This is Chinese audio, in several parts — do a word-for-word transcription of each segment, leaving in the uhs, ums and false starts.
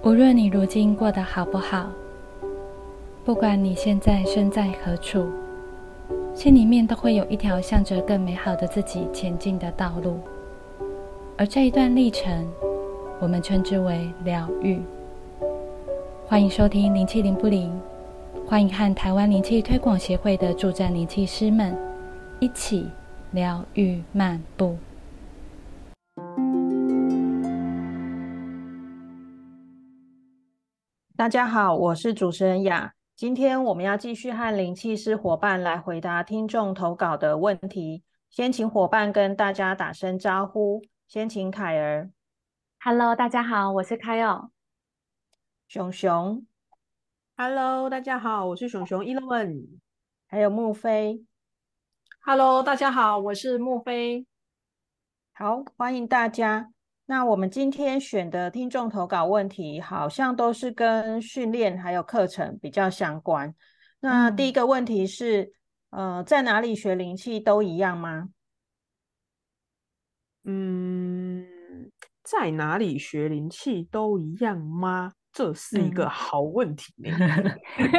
无论你如今过得好不好，不管你现在身在何处，心里面都会有一条向着更美好的自己前进的道路。而这一段历程，我们称之为疗愈。欢迎收听灵气灵不灵，欢迎和台湾灵气推广协会的助战灵气师们一起疗愈漫步。 大家好，我是主持人雅。今天我们要继续和灵气师伙伴来回答听众投稿的问题。先请伙伴跟大家打声招呼，先请凯儿。 Hello， 大家好，我是凯尔。 熊熊。 Hello， 大家好，我是熊熊 Eleven。 还有木飞。 Hello， 大家好，我是木飞。 好，欢迎大家。那我们今天选的听众投稿问题好像都是跟训练还有课程比较相关。那第一个问题是、嗯、呃，在哪里学灵气都一样吗？ 嗯，在哪里学灵气都一样吗？这是一个好问题呢、嗯、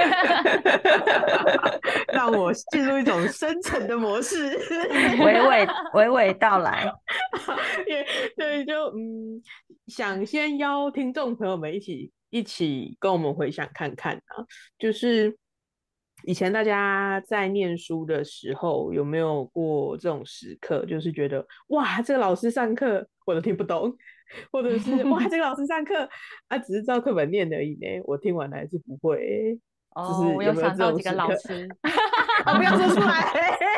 让我进入一种深层的模式， 娓娓娓娓道来。 对，就嗯，想先邀听众朋友们一起一起跟我们回想看看啊，就是以前大家在念书的时候有没有过这种时刻，就是觉得哇，这个老师上课我都听不懂，或者是哇，这个老师上课啊，只是照课本念而已呢，我听完了还是不会、欸。 哦， 就是有没有我有想到几个老师， 啊，不要说出来，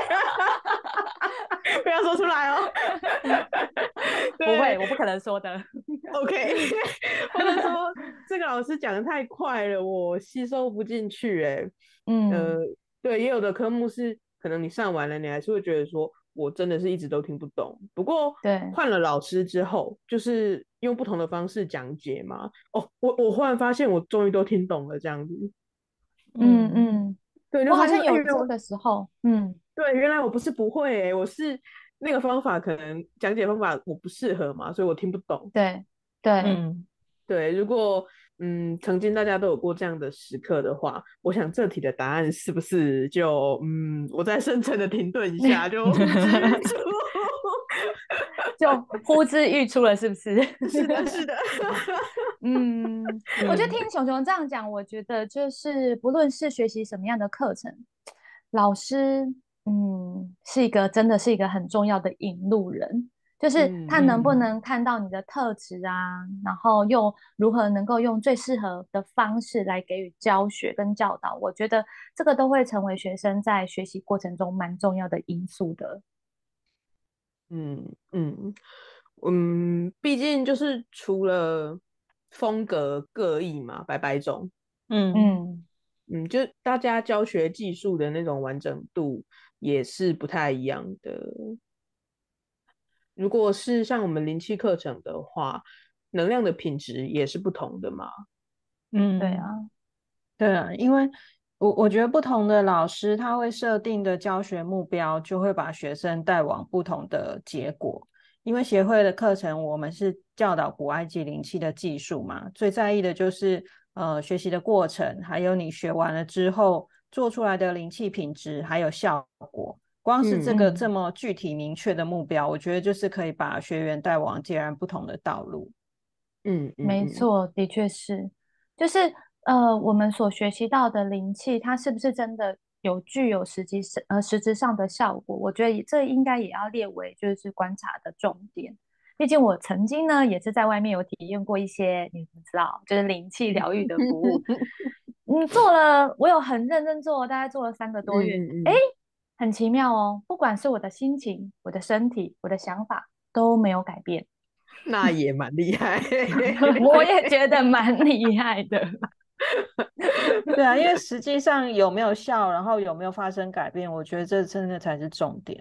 不要说出来哦。 不会，我不可能说的。 OK， 或者说这个老师讲的太快了，我吸收不进去、欸。哎，嗯，呃，对，也有的科目是可能你上完了，你还是会觉得说，我真的是一直都听不懂。不过，对，换了老师之后，就是用不同的方式讲解嘛。哦，我我忽然发现，我终于都听懂了，这样子。 嗯嗯， 对， 我好像有这个时候，嗯， 对，原来我不是不会、欸，我是那个方法可能讲解方法我不适合嘛，所以我听不懂。 对对， 嗯，对，如果嗯曾经大家都有过这样的时刻的话，我想这题的答案是不是就嗯我再深层的停顿一下就呼之欲出， 就呼之欲出了，是不是？ 是的，是的。 嗯，我觉得听熊熊这样讲，我觉得就是不论是学习什么样的课程，老师嗯是一个真的是一个很重要的引路人。就是他能不能看到你的特质啊，嗯、然后又如何能够用最适合的方式来给予教学跟教导，我觉得这个都会成为学生在学习过程中蛮重要的因素的。 嗯嗯嗯，毕竟就是除了风格各异嘛，百百种，嗯嗯嗯，就大家教学技术的那种完整度也是不太一样的。如果是像我们灵气课程的话，能量的品质也是不同的嘛。 嗯， 对啊， 对啊，因为我我觉得不同的老师他会设定的教学目标，就会把学生带往不同的结果。因为协会的课程，我们是教导古埃及灵气的技术嘛，最在意的就是呃学习的过程，还有你学完了之后做出来的灵气品质还有效果。光是这个这么具体明确的目标，嗯、我觉得就是可以把学员带往截然不同的道路。 嗯，嗯没错，的确是，就是呃，我们所学习到的灵气，它是不是真的有具有实际呃实质上的效果？我觉得这应该也要列为就是观察的重点。毕竟我曾经呢也是在外面有体验过一些，你知道，就是灵气疗愈的服务。嗯，做了，我有很认真做，大概做了三个多月。哎、嗯嗯，很奇妙哦，不管是我的心情、我的身体、我的想法都没有改变。 那也蛮厉害。 我也觉得蛮厉害的。 对啊，因为实际上有没有效，然后有没有发生改变，我觉得这真的才是重点。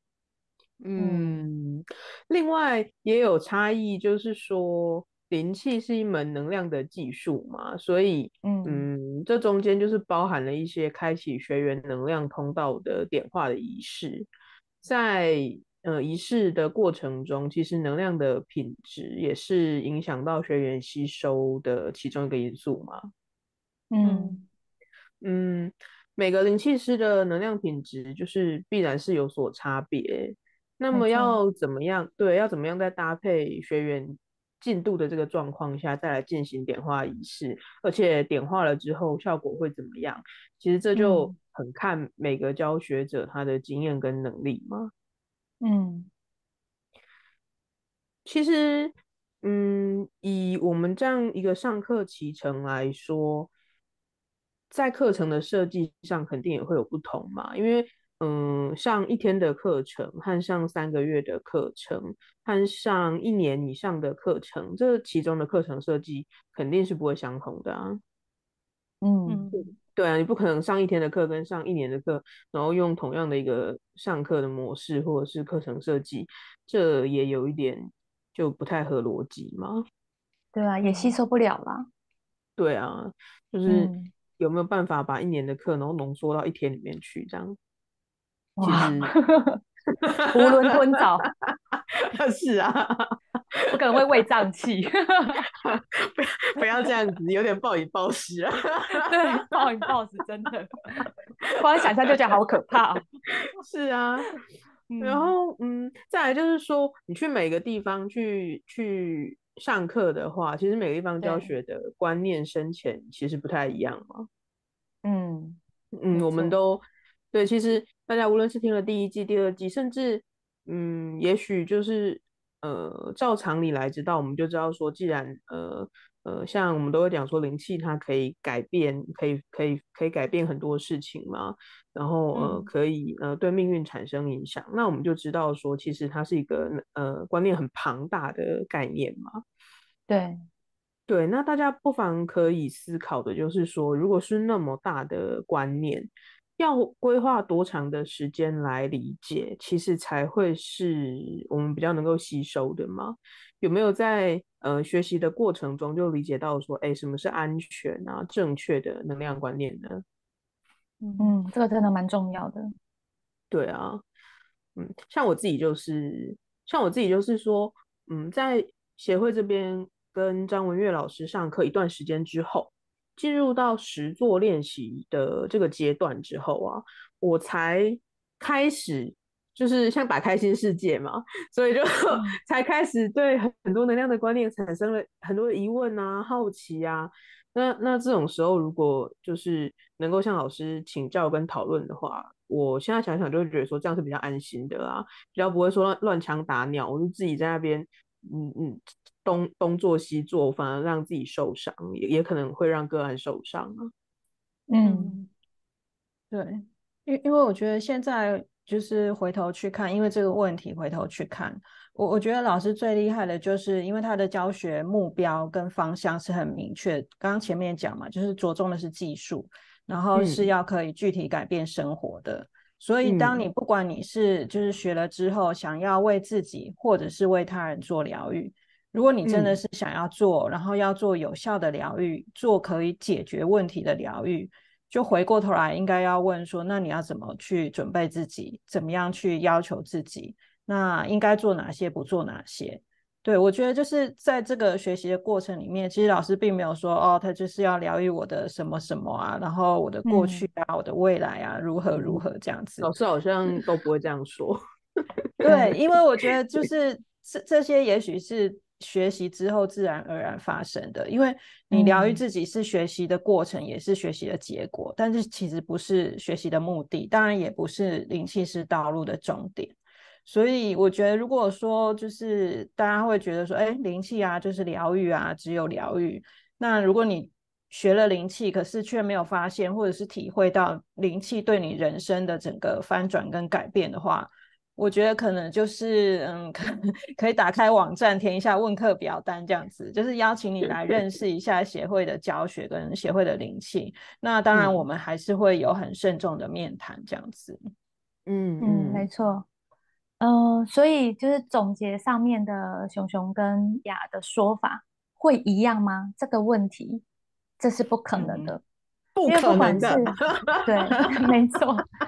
嗯，另外也有差异，就是说灵气是一门能量的技术嘛，所以嗯嗯，这中间就是包含了一些开启学员能量通道的点化的仪式。在呃仪式的过程中，其实能量的品质也是影响到学员吸收的其中一个因素嘛。 嗯嗯，每个灵气师的能量品质就是必然是有所差别。那么没错。 要怎么样？对，要怎么样在搭配学员进度的这个状况下，再来进行点化仪式，而且点化了之后效果会怎么样？其实这就嗯很看每个教学者他的经验跟能力嘛。 嗯其实，嗯，以我们这样一个上课期程来说，在课程的设计上肯定也会有不同嘛，因为，嗯，上一天的课程和上三个月的课程，和上一年以上的课程，这其中的课程设计肯定是不会相同的啊。 嗯， 嗯， 对啊，你不可能上一天的课跟上一年的课，然后用同样的一个上课的模式或者是课程设计，这也有一点就不太合逻辑嘛。 对啊，也吸嗯收不了啦。 对啊，就是嗯， 有没有办法把一年的课然后浓缩到一天里面去，这样其哇， 实囫囵吞枣， 是啊， 我可能会胃胀气。 不要不要这样子，有点暴饮暴食啊。 对，暴饮暴食真的，光想象就觉得好可怕哦。 是啊，然嗯， 后嗯，再来就是说，你去每个地方去去上课的话，其实每个地方教对， 学的观念深浅其实不太一样嘛。 嗯， 嗯，我们没错。 都对，其实大家无论是听了第一季、第二季，甚至嗯，也许就是呃，照常理来知道，我们就知道说，既然呃呃，像我们都会讲说灵气它可以改变，可以可以可以改变很多事情嘛，然后呃嗯可以呃对命运产生影响，那我们就知道说，其实它是一个呃观念很庞大的概念嘛。 对， 对，那大家不妨可以思考的就是说，如果是那么大的观念，要规划多长的时间来理解，其实才会是我们比较能够吸收的吗？有没有在呃学习的过程中就理解到说，哎，什么是安全啊，正确的能量观念呢？ 嗯嗯，这个真的蛮重要的。 对啊，嗯，像我自己就是，像我自己就是说，嗯，在协会这边跟张文月老师上课一段时间之后，进入到实作练习的这个阶段之后啊，我才开始就是像打开新世界嘛，所以就嗯才开始对很多能量的观念产生了很多的疑问啊、好奇啊。那那这种时候，如果就是能够向老师请教跟讨论的话，我现在想想就会觉得说这样是比较安心的啦，比较不会说乱乱枪打鸟，我就自己在那边，嗯嗯，东东做西做，反而让自己受伤，也也可能会让个案受伤啊。 嗯嗯，对，因因为我觉得现在就是回头去看，因为这个问题回头去看，我我觉得老师最厉害的就是因为他的教学目标跟方向是很明确，刚刚前面讲嘛，就是着重的是技术，然后是嗯要可以具体改变生活的。所以，当嗯你不管你是就是学了之后，想要为自己或者是为他人做疗愈，如果你真的嗯是想要做，然后要做有效的疗愈，做可以解决问题的疗愈，就回过头来应该要问说，那你要怎么去准备自己，怎么样去要求自己，那应该做哪些，不做哪些。对，我觉得就是在这个学习的过程里面，其实老师并没有说哦，他就是要疗愈我的什么什么啊，然后我的过去嗯啊，我的未来啊，如何如嗯， 何这样子。 老师好像都不会这样说。 对， 对，因为我觉得就是这这些也许是学习之后自然而然发生的，因为你疗愈嗯自己是学习的过程，也是学习的结果，但是其实不是学习的目的，当然也不是灵气师道路的终点。所以我觉得，如果说就是大家会觉得说，哎，灵气啊，就是疗愈啊，只有疗愈。那如果你学了灵气，可是却没有发现或者是体会到灵气对你人生的整个翻转跟改变的话，我觉得可能就是嗯，可可以打开网站填一下问课表单，这样子就是邀请你来认识一下协会的教学跟协会的灵气。那当然，我嗯们还是会有很慎重的面谈这样子。 嗯，没嗯嗯错。嗯，所以就是总结上面的熊熊跟雅的说法会一样吗？这个问题，这是不可能嗯， 的， 不因为不可能的。 管是对，没错，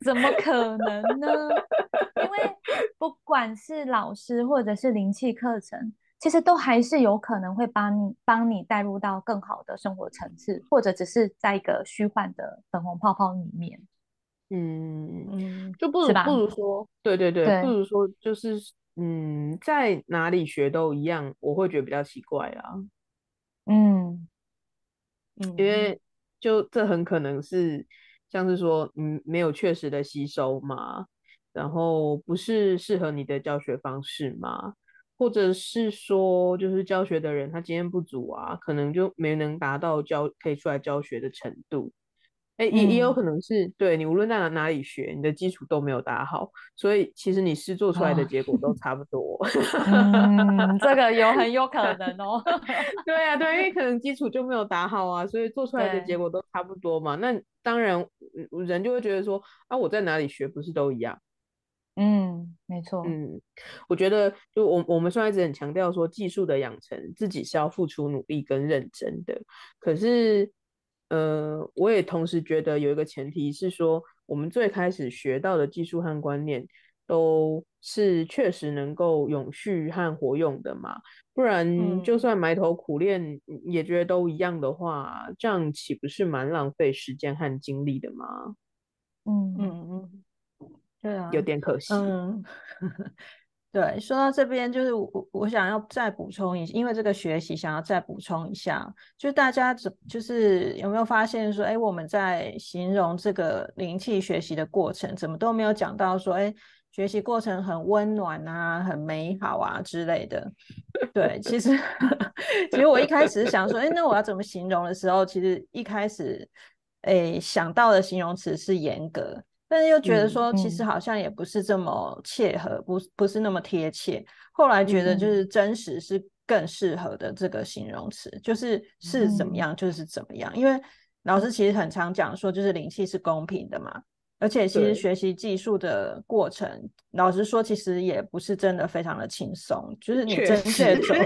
怎么可能呢？因为不管是老师或者是灵气课程，其实都还是有可能会帮你帮你带入到更好的生活层次，或者只是在一个虚幻的粉红泡泡里面。 嗯， 嗯， 就不如不是吧？ 如说，对对对，不对， 如说就是，嗯，在哪里学都一样，我会觉得比较奇怪啊。 嗯嗯因为就这很可能是像是说，嗯，没有确实的吸收嘛，然后不是适合你的教学方式嘛，或者是说，就是教学的人他经验不足啊，可能就没能达到教可以出来教学的程度。哎，也也有嗯， 可能是对你无论在哪哪里学，你的基础都没有打好，所以其实你试做出来的哦， 结果都差不多。 嗯，这个有很有可能哦。 对啊，对，因为可能基础就没有打好啊，所以做出来的结对， 果都差不多嘛。那当然，嗯人就会觉得说，啊，我在哪里学不是都一样？ 嗯，没错， 嗯，我觉得就我我们虽然一直很强调说技术的养成自己是要付出努力跟认真的，可是呃，我也同时觉得有一个前提是说，我们最开始学到的技术和观念都是确实能够永续和活用的嘛，不然就嗯算埋头苦练也觉得都一样的话，这样岂不是蛮浪费时间和精力的吗？ 嗯嗯嗯，对啊， 有点可惜。 嗯。对，说到这边，就是我我想要再补充一下，因为这个学习想要再补充一下，就是大家怎就是有没有发现说，哎，我们在形容这个灵气学习的过程，怎么都没有讲到说，哎，学习过程很温暖啊，很美好啊之类的。对，其实其实我一开始想说，哎，那我要怎么形容的时候，其实一开始，哎，想到的形容词是严格。但是又觉得嗯说，其实嗯好像也不是这么切合，不不是那么贴切。后来觉得就嗯嗯是真实是更适合的这个形容词，就是是怎么嗯样就是怎么样。因为老师其实很常讲说，就是灵气是公平的嘛，而且其实对。 学习技术的过程，老实说，其实也不是真的非常的轻松，就是你真确实， 切走。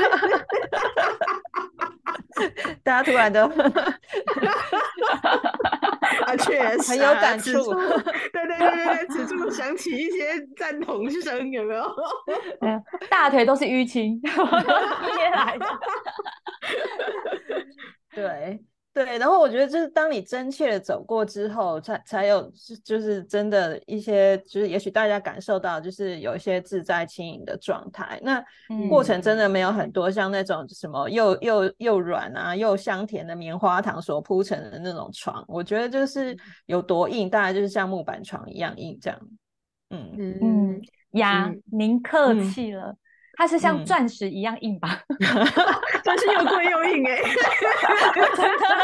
大家突然都啊，确很有实啊， 感触。 此处，对对对对对，此处响起一些赞同声，有没有？ 嗯，大腿都是淤青，捏来的。 对对，然后我觉得就是当你真切的走过之后，才才有就就是真的一些，就是也许大家感受到就是有一些自在轻盈的状态。那过程真嗯， 的没有很多像那种什么又又又软啊又香甜的棉花糖所铺成的那种床，我觉得就是有多硬，大概就是像木板床一样硬这样。嗯嗯嗯呀， 嗯您客嗯气了，它是像嗯。 钻石一样硬吧？ 真是又贵又硬哎、欸， 真的，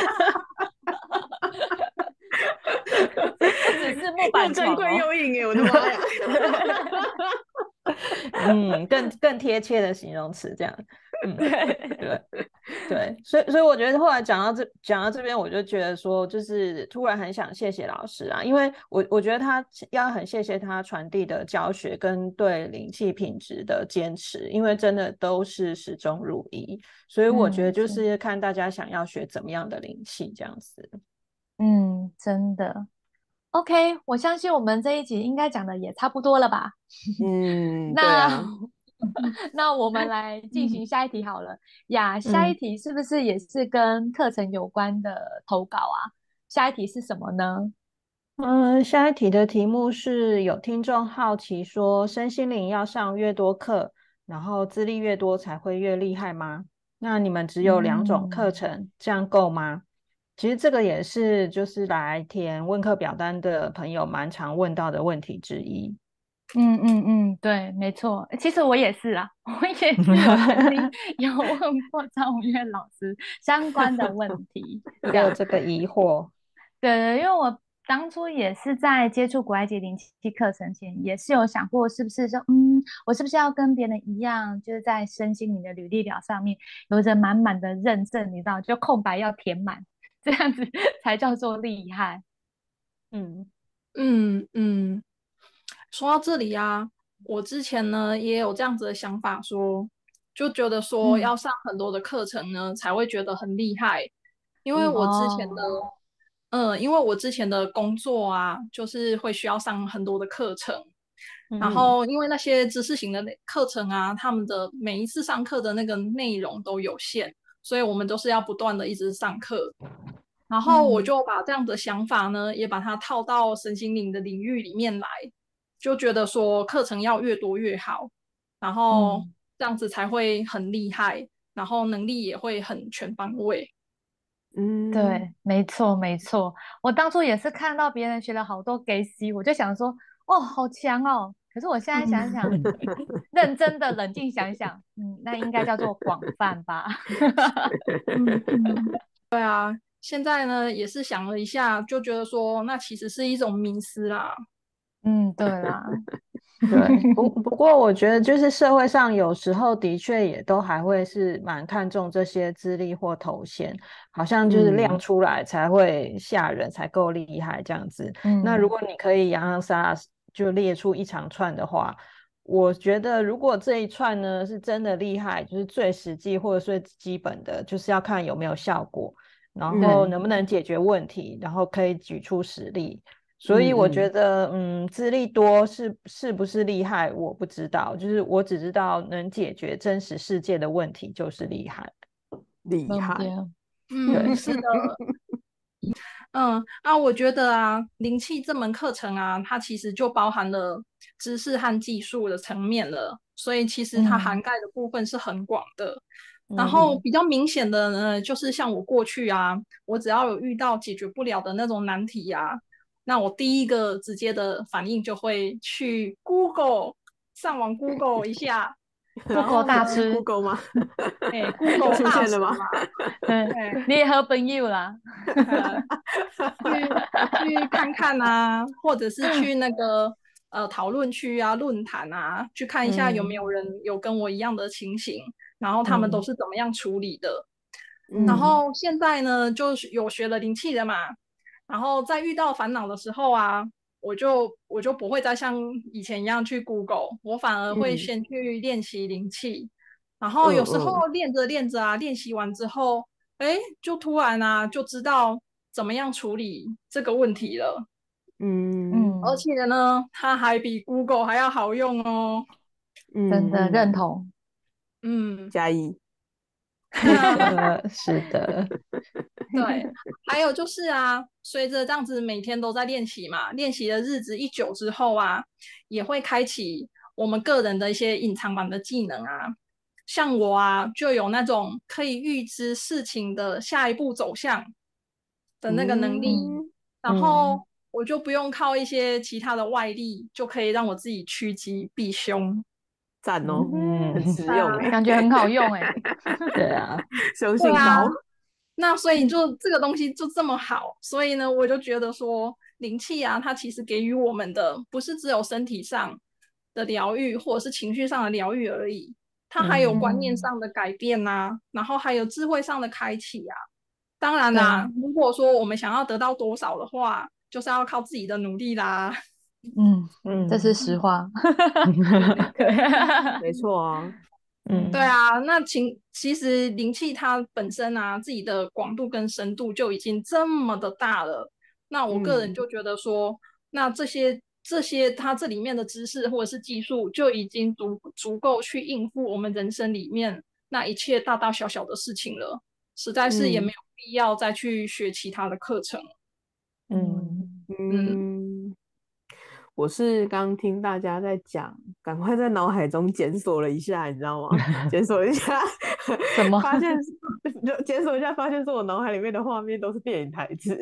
不只是木又板珍贵床哦。 又硬哎、欸，我的妈呀！ 嗯，更更贴切的形容词这样。嗯， 对， 对对，所以所以我觉得后来讲到这讲到这边，我就觉得说，就是突然很想谢谢老师啊，因为我我觉得他要很谢谢他传递的教学跟对灵气品质的坚持，因为真的都是始终如一，所以我觉得嗯， 就是是看大家想要学怎么样的灵气这样子。 嗯，真的。OK，我相信我们这一集应该讲的也差不多了吧？ 嗯，对那啊， 那我们来进嗯行下一题好了呀。下一嗯。 题是不是也是跟课程有关的投稿啊？下一题是什么呢？ 嗯，下一题的题目是有听众好奇说，身心灵要上越多课，然后资历越多才会越厉害吗？那你们只有两种课嗯程，这样够吗？其实这个也是就是来填问课表单的朋友蛮常问到的问题之一。 嗯嗯嗯，对，没错。其实我也是啊，我也是有曾经有问过张文月老师相关的问题，这样。 也有这个疑惑。 对对，因为我当初也是在接触古埃及灵气课程前，也是有想过，是不是说，嗯，我是不是要跟别人一样，就是在身心灵的履历表上面有着满满的认证，你知道，就空白要填满，这样子才叫做厉害。 嗯嗯嗯，说到这里啊，我之前呢也有这样子的想法说，就觉得说嗯， 要上很多的课程呢才会觉得很厉害，因为嗯我之前呢哦， 嗯，因为我之前的工作啊，就是会需要上很多的课程，然嗯后因为那些知识型的那课程啊，他们的每一次上课的那个内容都有限，所以我们都是要不断的一直上课。然后我嗯就把这样的想法呢，也把它套到身心灵的领域里面来，就觉得说课程要越多越好，然后嗯， 这样子才会很厉害，然后能力也会很全方位。 嗯， 对，没错没错。我当初也是看到别人学了好多 G C，我就想说，哦，好强哦。可是我现在想想，认真的冷静想想，嗯，那应该叫做广泛吧。 嗯嗯，对啊，现在呢也是想了一下，就觉得说那其实是一种迷思啦。 嗯，对啦。 对，不不过我觉得就是社会上有时候的确也都还会是蛮看重这些资历或头衔，好像就是亮嗯出来才会吓人，才够厉害这样子。那如嗯果你可以洋洋洒洒就列出一长串的话，我觉得如果这一串呢是真的厉害，就是最实际或者最基本的，就是要看有没有效果，然后嗯能不能解决问题，然后可以举出实例。所以我觉嗯嗯， 得，嗯，资历多是是不是厉害，我不知道，就是我只知道能解决真实世界的问题就是厉害。 厉害。 对嗯， 对， 是的，嗯啊，我觉得啊，灵气这门课程啊，它其实就包含了知识和技术的层面了，所以其实它涵嗯盖的部分是很广的。然后嗯比较明显的呢，就是像我过去啊，我只要有遇到解决不了的那种难题啊，那我第一个直接的反应就会去 Google 上网 Google 一下，然 ，Google 后呢， 大师， Google 吗？ 哎又 ，Google 出现了吗？ 大神嘛， 嗯， 哎， 你也和朋友啦。 呃，去去看看啊，或者是去那个呃讨论区啊、论坛啊，去看一下有没嗯有人有跟我一样的情形，然后他们都嗯是怎么样处理的。然嗯嗯后现在呢，就是有学了灵气的嘛，然后在遇到烦恼的时候啊，我就我就不会再像以前一样去 Google，我反而会嗯先去练习灵气，然后有时候嗯嗯练着练着啊，练习完之后，哎，就突然啊，就知道怎么样处理这个问题了。 嗯而嗯， 且呢，它还比 Google 还要好用哦。 真的嗯嗯， 认同。 嗯， 加一。 呃，是的， 对，还有就是啊，随着这样子每天都在练习嘛，练习的日子一久之后啊，也会开启我们个人的一些隐藏版的技能啊。像我啊，就有那种可以预知事情的下一步走向的那个能力， 嗯嗯， 然嗯。 后我就不用靠一些其他的外力，就可以让我自己趋吉避凶。 赞哦，很嗯， 实用哎， 感觉很好用哎。 对啊， 相对啊， 信高。 那所以就这个东西就这么好，所以呢，我就觉得说灵气啊，它其实给予我们的不是只有身体上的疗愈，或者是情绪上的疗愈而已，它还有嗯观念嗯， 上的改变呐、然后还有智慧上的开启啊。当然啦， 对， 如果说我们想要得到多少的话，就是要靠自己的努力啦。 嗯，这是嗯， 实话。 没错啊。 嗯对啊，那其其实灵气它本身啊，自己的广度跟深度就已经这么的大了。那我个人嗯就觉得说，那这些这些它这里面的知识或者是技术，就已经足足够去应付我们人生里面那一切大大小小的事情了，实在是也没嗯有必要再去学其他的课程。 嗯嗯嗯， 嗯，我是刚听大家在讲，赶快在脑海中检索了一下，你知道吗？检索一下， 什么？ 发现就检索一下，发现说我脑海里面的画面都是电影台词。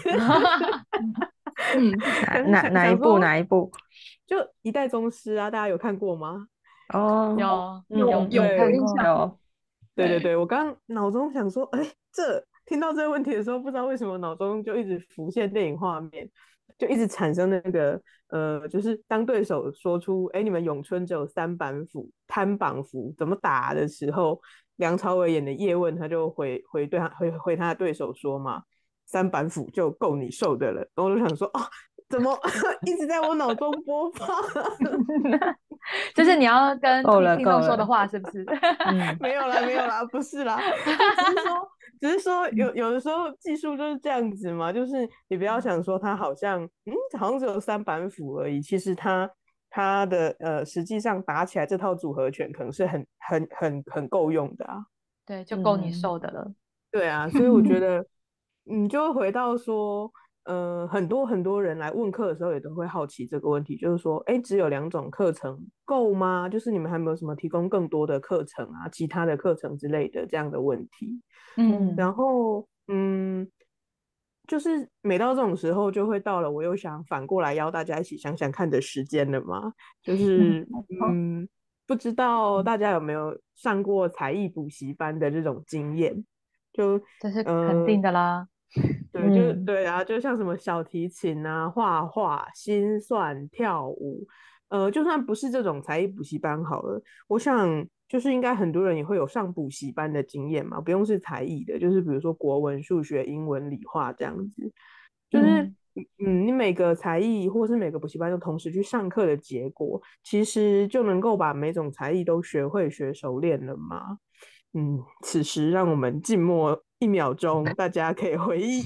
嗯， 哪想想哪哪一部想说， 哪一部？ 就《一代宗师》啊，大家有看过吗？ 哦， 有嗯有有嗯嗯， 对有印象， 有， 对， 对对对，我刚脑中想说，哎，这听到这个问题的时候，不知道为什么脑中就一直浮现电影画面，就一直产生那个呃，就是当对手说出，哎，你们咏春只有三板斧、摊绑斧，怎么打的时候，梁朝伟演的叶问他就回回对他回回他的对手说嘛，三板斧就够你受的了。然后我就想说，哦，怎么一直在我脑中播放？ 这是你要跟够了听众够了说的话，是不是？ 嗯， 没有啦，没有啦，不是啦，就只是说，只是说有有的时候技术就是这样子嘛，就是你不要想说它好像，嗯，好像只有三板斧而已，其实它它的呃，实际上打起来这套组合拳可能是很很很很够用的啊。 对，就够你嗯受的了。 对啊，所以我觉得你就会回到说，呃，很多很多人来问课的时候也都会好奇这个问题，就是说，哎，只有两种课程够吗？就是你们还没有什么提供更多的课程啊，其他的课程之类的这样的问题。 嗯然后，嗯，就是每到这种时候，就会到了我又想反过来邀大家一起想想看的时间了嘛。就嗯是， 好嗯，不知道大家有没有上过才艺补习班的这种经验？就， 这是肯呃， 定的啦。 对，就嗯对啊，就像什么小提琴啊、画画、心算、跳舞，呃，就算不是这种才艺补习班好了，我想就是应该很多人也会有上补习班的经验嘛，不用是才艺的，就是比如说国文、数学、英文、理化这样子，就是嗯嗯，你每个才艺或是每个补习班都同时去上课的结果，其实就能够把每种才艺都学会、学熟练了吗？嗯，此时让我们静默一秒钟，大家可以回忆。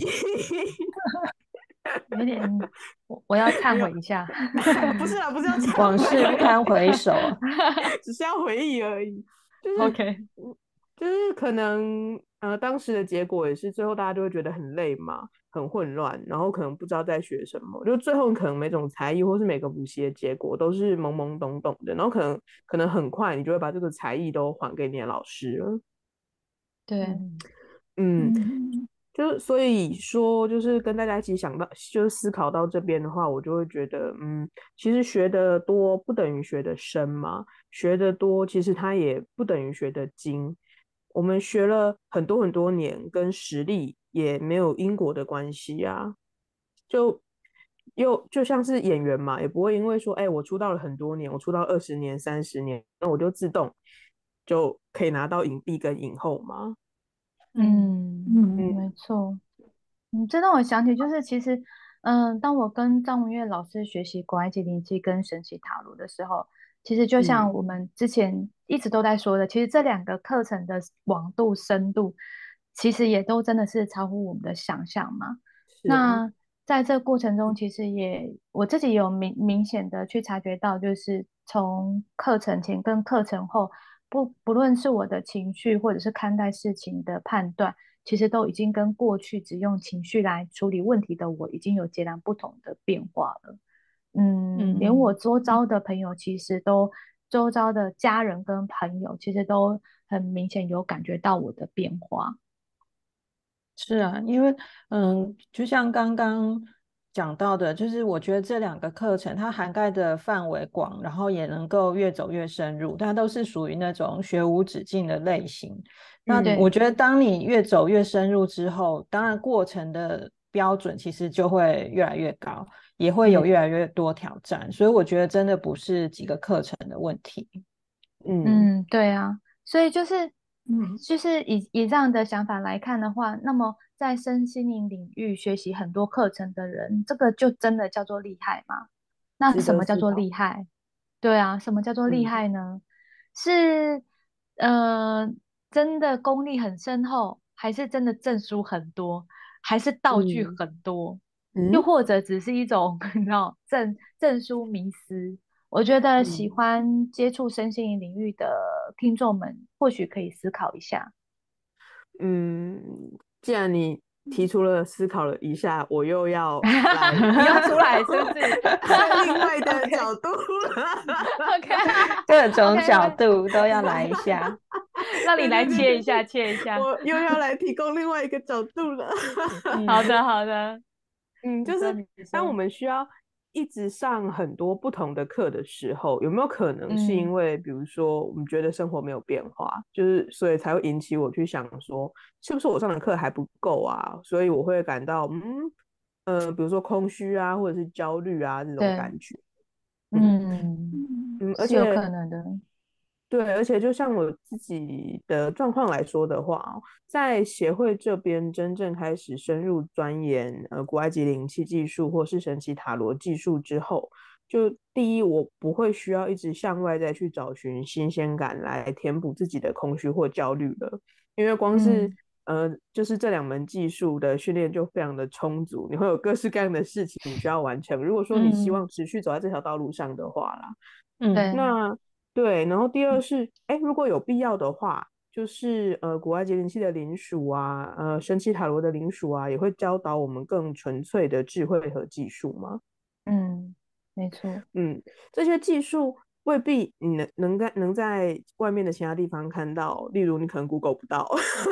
有点，我我要忏没有， 悔一下。 不是啦，不是要忏往事不悔， 堪回首啊。 只是要回忆而已。就是， OK， 嗯就是可能呃，当时的结果也是最后大家就会觉得很累嘛，很混乱，然后可能不知道在学什么，就最后可能每种才艺或是每个补习的结果都是懵懵懂懂的，然后可能可能很快你就会把这个才艺都还给你的老师了。 对， 嗯嗯， 嗯就所以说，就是跟大家一起想到，就是思考到这边的话，我就会觉得，嗯，其实学的多不等于学的深嘛，学的多其实它也不等于学的精。我们学了很多很多年，跟实力也没有因果的关系啊。就又就像是演员嘛，也不会因为说，哎，我出道了很多年，我出道二十年、三十年，那我就自动就可以拿到影帝跟影后吗？ 嗯， 嗯没错。嗯，这让我想起，就是其实，嗯，当我跟张文月老师学习古埃及灵气跟神奇塔罗的时候，其实就像嗯， 我们之前一直都在说的，其实这两个课程的广度、深度，其实也都真的是超乎我们的想象嘛。 是啊。 那在这个过程中，其实也我自己有明明显的去察觉到，就是从课程前跟课程后，不不论是我的情绪或者是看待事情的判断。其实都已经跟过去只用情绪来处理问题的我，已经有截然不同的变化了。嗯，连我嗯周遭的朋友，其实都周遭的家人跟朋友，其实都很明显有感觉到我的变化。 是啊，因为嗯，就像刚刚讲到的，就是我觉得这两个课程它涵盖的范围广，然后也能够越走越深入，它都是属于那种学无止境的类型。那嗯我觉得当你越走越深入之后，当然过程的标准其实就会越来越高，也会有嗯越来越多挑战，所以我觉得真的不是几个课程的问题。 嗯嗯，对啊，所以就是嗯，就是以以这样的想法来看的话，那么在身心灵领域学习很多课程的人，这个就真的叫做厉害吗？那值什么叫做得思考。 厉害？对啊，什么叫做厉嗯害呢？是呃，真的功力很深厚，还是真的证书很多，还是道具嗯很多，又嗯或者只是一种你知道证证书迷思？我觉得喜嗯欢接触身心灵领域的听众们，或许可以思考一下。 嗯，既然你提出了思考了一下，我又要来你要出来是不是另外的角度了。 各种 ？OK，OK，OK， 角度都要来一下。 让你来对对对对对， 切一下，切一下。 我又要来提供另外一个角度了。 嗯好的，好的， 嗯，就是你说，你当我说， 们需要一直上很多不同的课的时候，有没有可能是因嗯， 为，比如说我们觉得生活没有变化，就是所以才会引起我去想说，是不是我上的课还不够啊？所以我会感到，嗯，呃，比如说空虚啊，或者是焦虑啊这种对， 感觉。嗯嗯， 嗯，而是有且可能的。 对，而且就像我自己的状况来说的话哦，在协会这边真正开始深入钻研呃古埃及灵气技术或是神奇塔罗技术之后， 就第一，我不会需要一直向外再去找寻新鲜感来填补自己的空虚或焦虑了，因为光是、嗯、呃，就是这两门技术的训练就非常的充足，你会有各式各样的事情需要完成。如果说你希望持续走在这条道路上的话啦， 嗯， 那对，然后第二是，哎，如果有必要的话。就是呃，古埃及灵气的灵属啊，呃，生气塔罗的灵属啊，也会教导我们更纯粹的智慧和技术嘛。 嗯，没错。 嗯，这些技术未必你能能在能在外面的其他地方看到，例如你可能 Google 不到。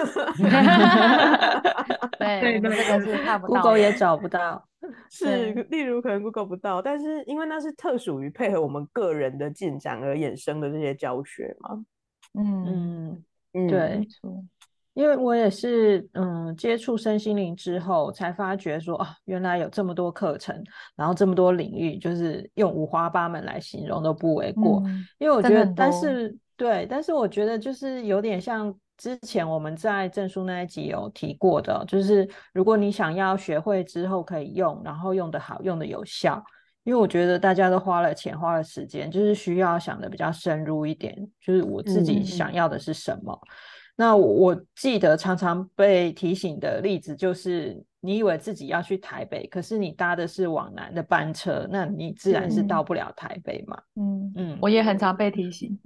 对，我们这个是看不到的 ，Google 也找不到。 是，例如可能 Google 不到，但是因为那是特属于配合我们个人的进展而衍生的这些教学嘛。 嗯。 嗯， 对，因为我也是嗯接触身心灵之后才发觉说啊，原来有这么多课程，然后这么多领域，就是用五花八门来形容都不为过。 嗯、 因为我觉得，但是对，但是我觉得就是有点像之前我们在证书那一集有提过的，就是如果你想要学会之后可以用，然后用得好，用得有效。因为我觉得大家都花了钱花了时间，就是需要想的比较深入一点，就是我自己想要的是什么。嗯、那 我, 我记得常常被提醒的例子就是你以为自己要去台北，可是你搭的是往南的班车，那你自然是到不了台北嘛。 嗯 嗯, 嗯，我也很常被提醒。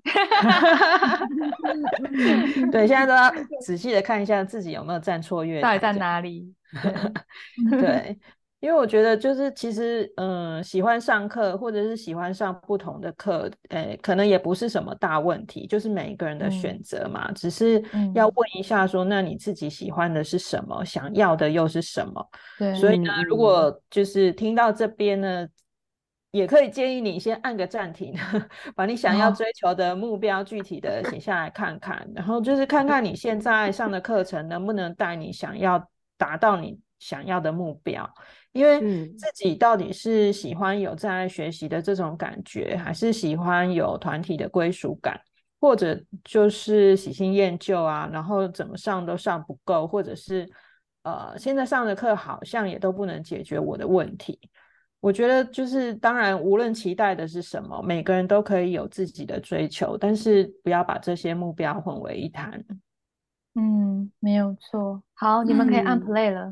对，现在都要仔细的看一下自己有没有站错月台， 到底在哪里。 对, 对，因为我觉得就是其实嗯，喜欢上课或者是喜欢上不同的课，诶，可能也不是什么大问题，就是每一个人的选择嘛。嗯、只是要问一下说，那你自己喜欢的是什么，想要的又是什么？ 对， 所以呢，如果就是听到这边呢，也可以建议你先按个暂停，把你想要追求的目标具体的写下来看看，然后就是看看你现在上的课程能不能带你想要达到你想要的目标。因为自己到底是喜欢有在学习的这种感觉，还是喜欢有团体的归属感，或者就是喜新厌旧啊，然后怎么上都上不够，或者是呃现在上的课好像也都不能解决我的问题。我觉得就是当然无论期待的是什么，每个人都可以有自己的追求，但是不要把这些目标混为一谈。 嗯，没有错。好，你们可以按 play 了。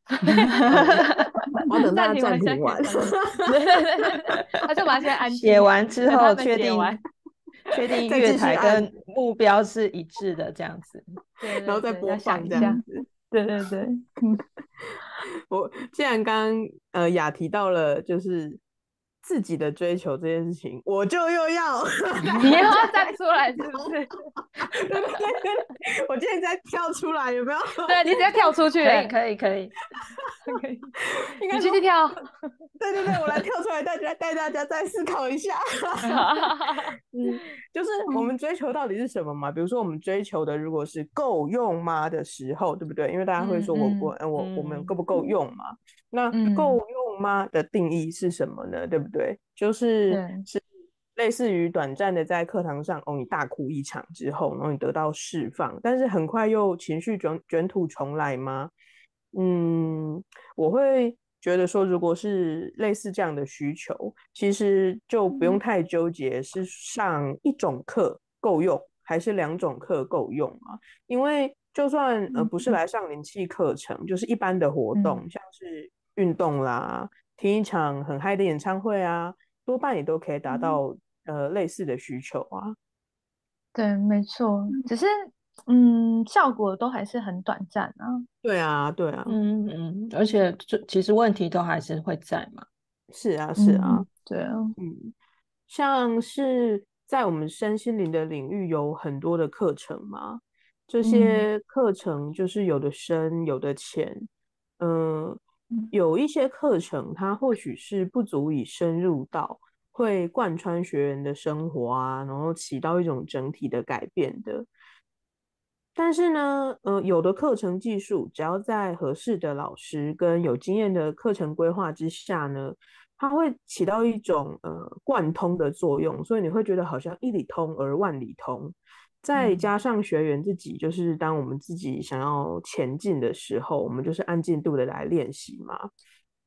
我等大家暂停完， 他就把它先安写完之后确定确定月台跟目标是一致的这样子， 对， 然后再播放这样子。 对对对。 我既然刚刚呃雅提到了就是自己的追求这件事情，我就又要你又要站出来是不是？ 对对对，我今天在跳出来，有没有？ 对，你直接跳出去， 可以可以可以可以，你继续跳。 对对对，我来跳出来，大家带大家再思考一下。嗯，就是我们追求到底是什么嘛？比如说我们追求的如果是够用吗的时候，对不对？因为大家会说我、嗯、我、嗯、我我们够不够用嘛？那够用吗的定义是什么呢？对不对？就是是类似于短暂的在课堂上哦，你大哭一场之后，然后你得到释放，但是很快又情绪卷卷土重来吗？嗯，我会觉得说，如果是类似这样的需求，其实就不用太纠结是上一种课够用还是两种课够用嘛，因为就算呃不是来上灵气课程，就是一般的活动，嗯、像是运动啦，听一场很嗨的演唱会啊，多半也都可以达到、嗯、呃类似的需求啊。 对，没错，只是嗯，效果都还是很短暂啊。 对啊，对啊， 嗯嗯，而且其实问题都还是会在嘛。 是啊，是啊， 嗯、对啊， 嗯，像是在我们身心灵的领域有很多的课程嘛，这些课程就是有的深，有的浅，嗯、呃，有一些课程它或许是不足以深入到会贯穿学员的生活啊，然后起到一种整体的改变的。但是呢，呃，有的课程技术，只要在合适的老师跟有经验的课程规划之下呢，它会起到一种呃贯通的作用，所以你会觉得好像一里通而万里通。再加上学员自己，就是当我们自己想要前进的时候，我们就是按进度的来练习嘛。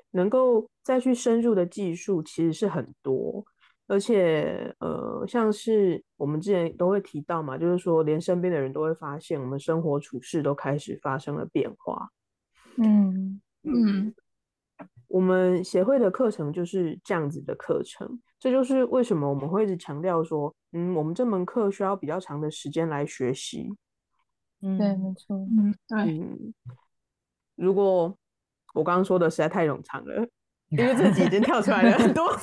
能够再去深入的技术其实是很多。而且呃，像是我们之前都会提到嘛，就是说连身边的人都会发现我们生活处事都开始发生了变化。 嗯嗯， 我们协会的课程就是这样子的课程，这就是为什么我们会一直强调说，嗯，我们这门课需要比较长的时间来学习。 对， 嗯， 没错。 嗯，对， 嗯，如果我刚刚说的实在太冗长了，因为这集已经跳出来了很多次，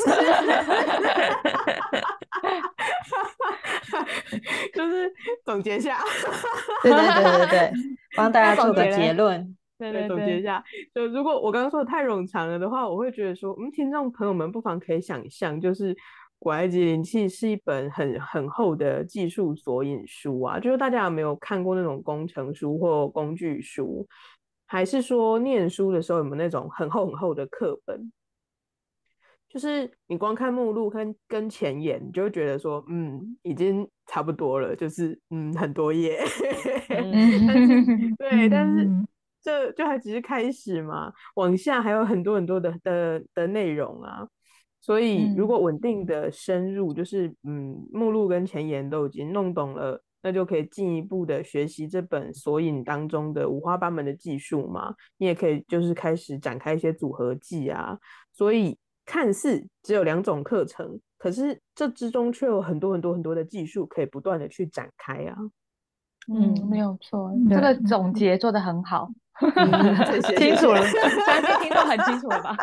就是总结一下， 对对对对对，帮大家做个要总结了结论。 对， 对对对， 总结一下，就如果我刚刚说的太冗长了的话，我会觉得说，嗯，听众朋友们不妨可以想象，就是古埃及灵气是一本很很厚的技术索引书啊，就是大家有没有看过那种工程书或工具书，还是说念书的时候有没有那种很厚很厚的课本？就是你光看目录跟跟前言，你就会觉得说，嗯，已经差不多了，就是嗯很多页，但是嗯对，但是嗯这就还只是开始嘛，往下还有很多很多的的的内容啊，所以如嗯果稳定的深入，就是嗯目录跟前言都已经弄懂了，那就可以进一步的学习这本索引当中的五花八门的技术嘛，你也可以就是开始展开一些组合技啊。所以看似只有两种课程，可是这之中却有很多很多很多的技术可以不断的去展开啊。 嗯，没有错，这对个总结做得很好， 嗯，谢谢， 清楚了， 谢谢相信听众很清楚了吧？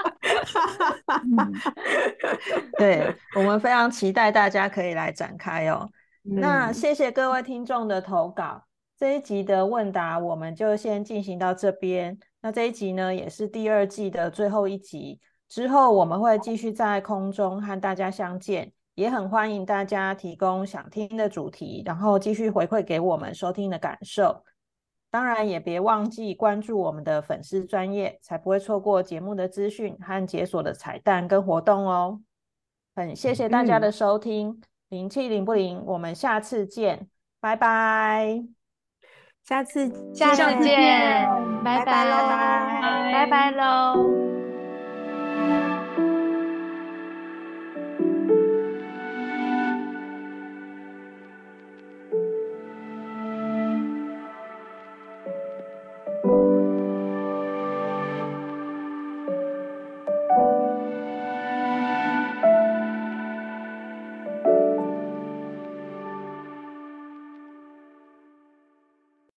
嗯对，我们非常期待大家可以来展开哦。那嗯， 谢谢各位听众的投稿，这一集的问答我们就先进行到这边。那这一集呢，也是第二季的最后一集，之后我们会继续在空中和大家相见，也很欢迎大家提供想听的主题，然后继续回馈给我们收听的感受。当然也别忘记关注我们的粉丝专页，才不会错过节目的资讯和解锁的彩蛋跟活动哦。很谢谢大家嗯， 的收听，灵气灵不灵？我们下次见，拜拜。 下次下次见， 见，拜拜拜拜， 喽。 拜拜喽。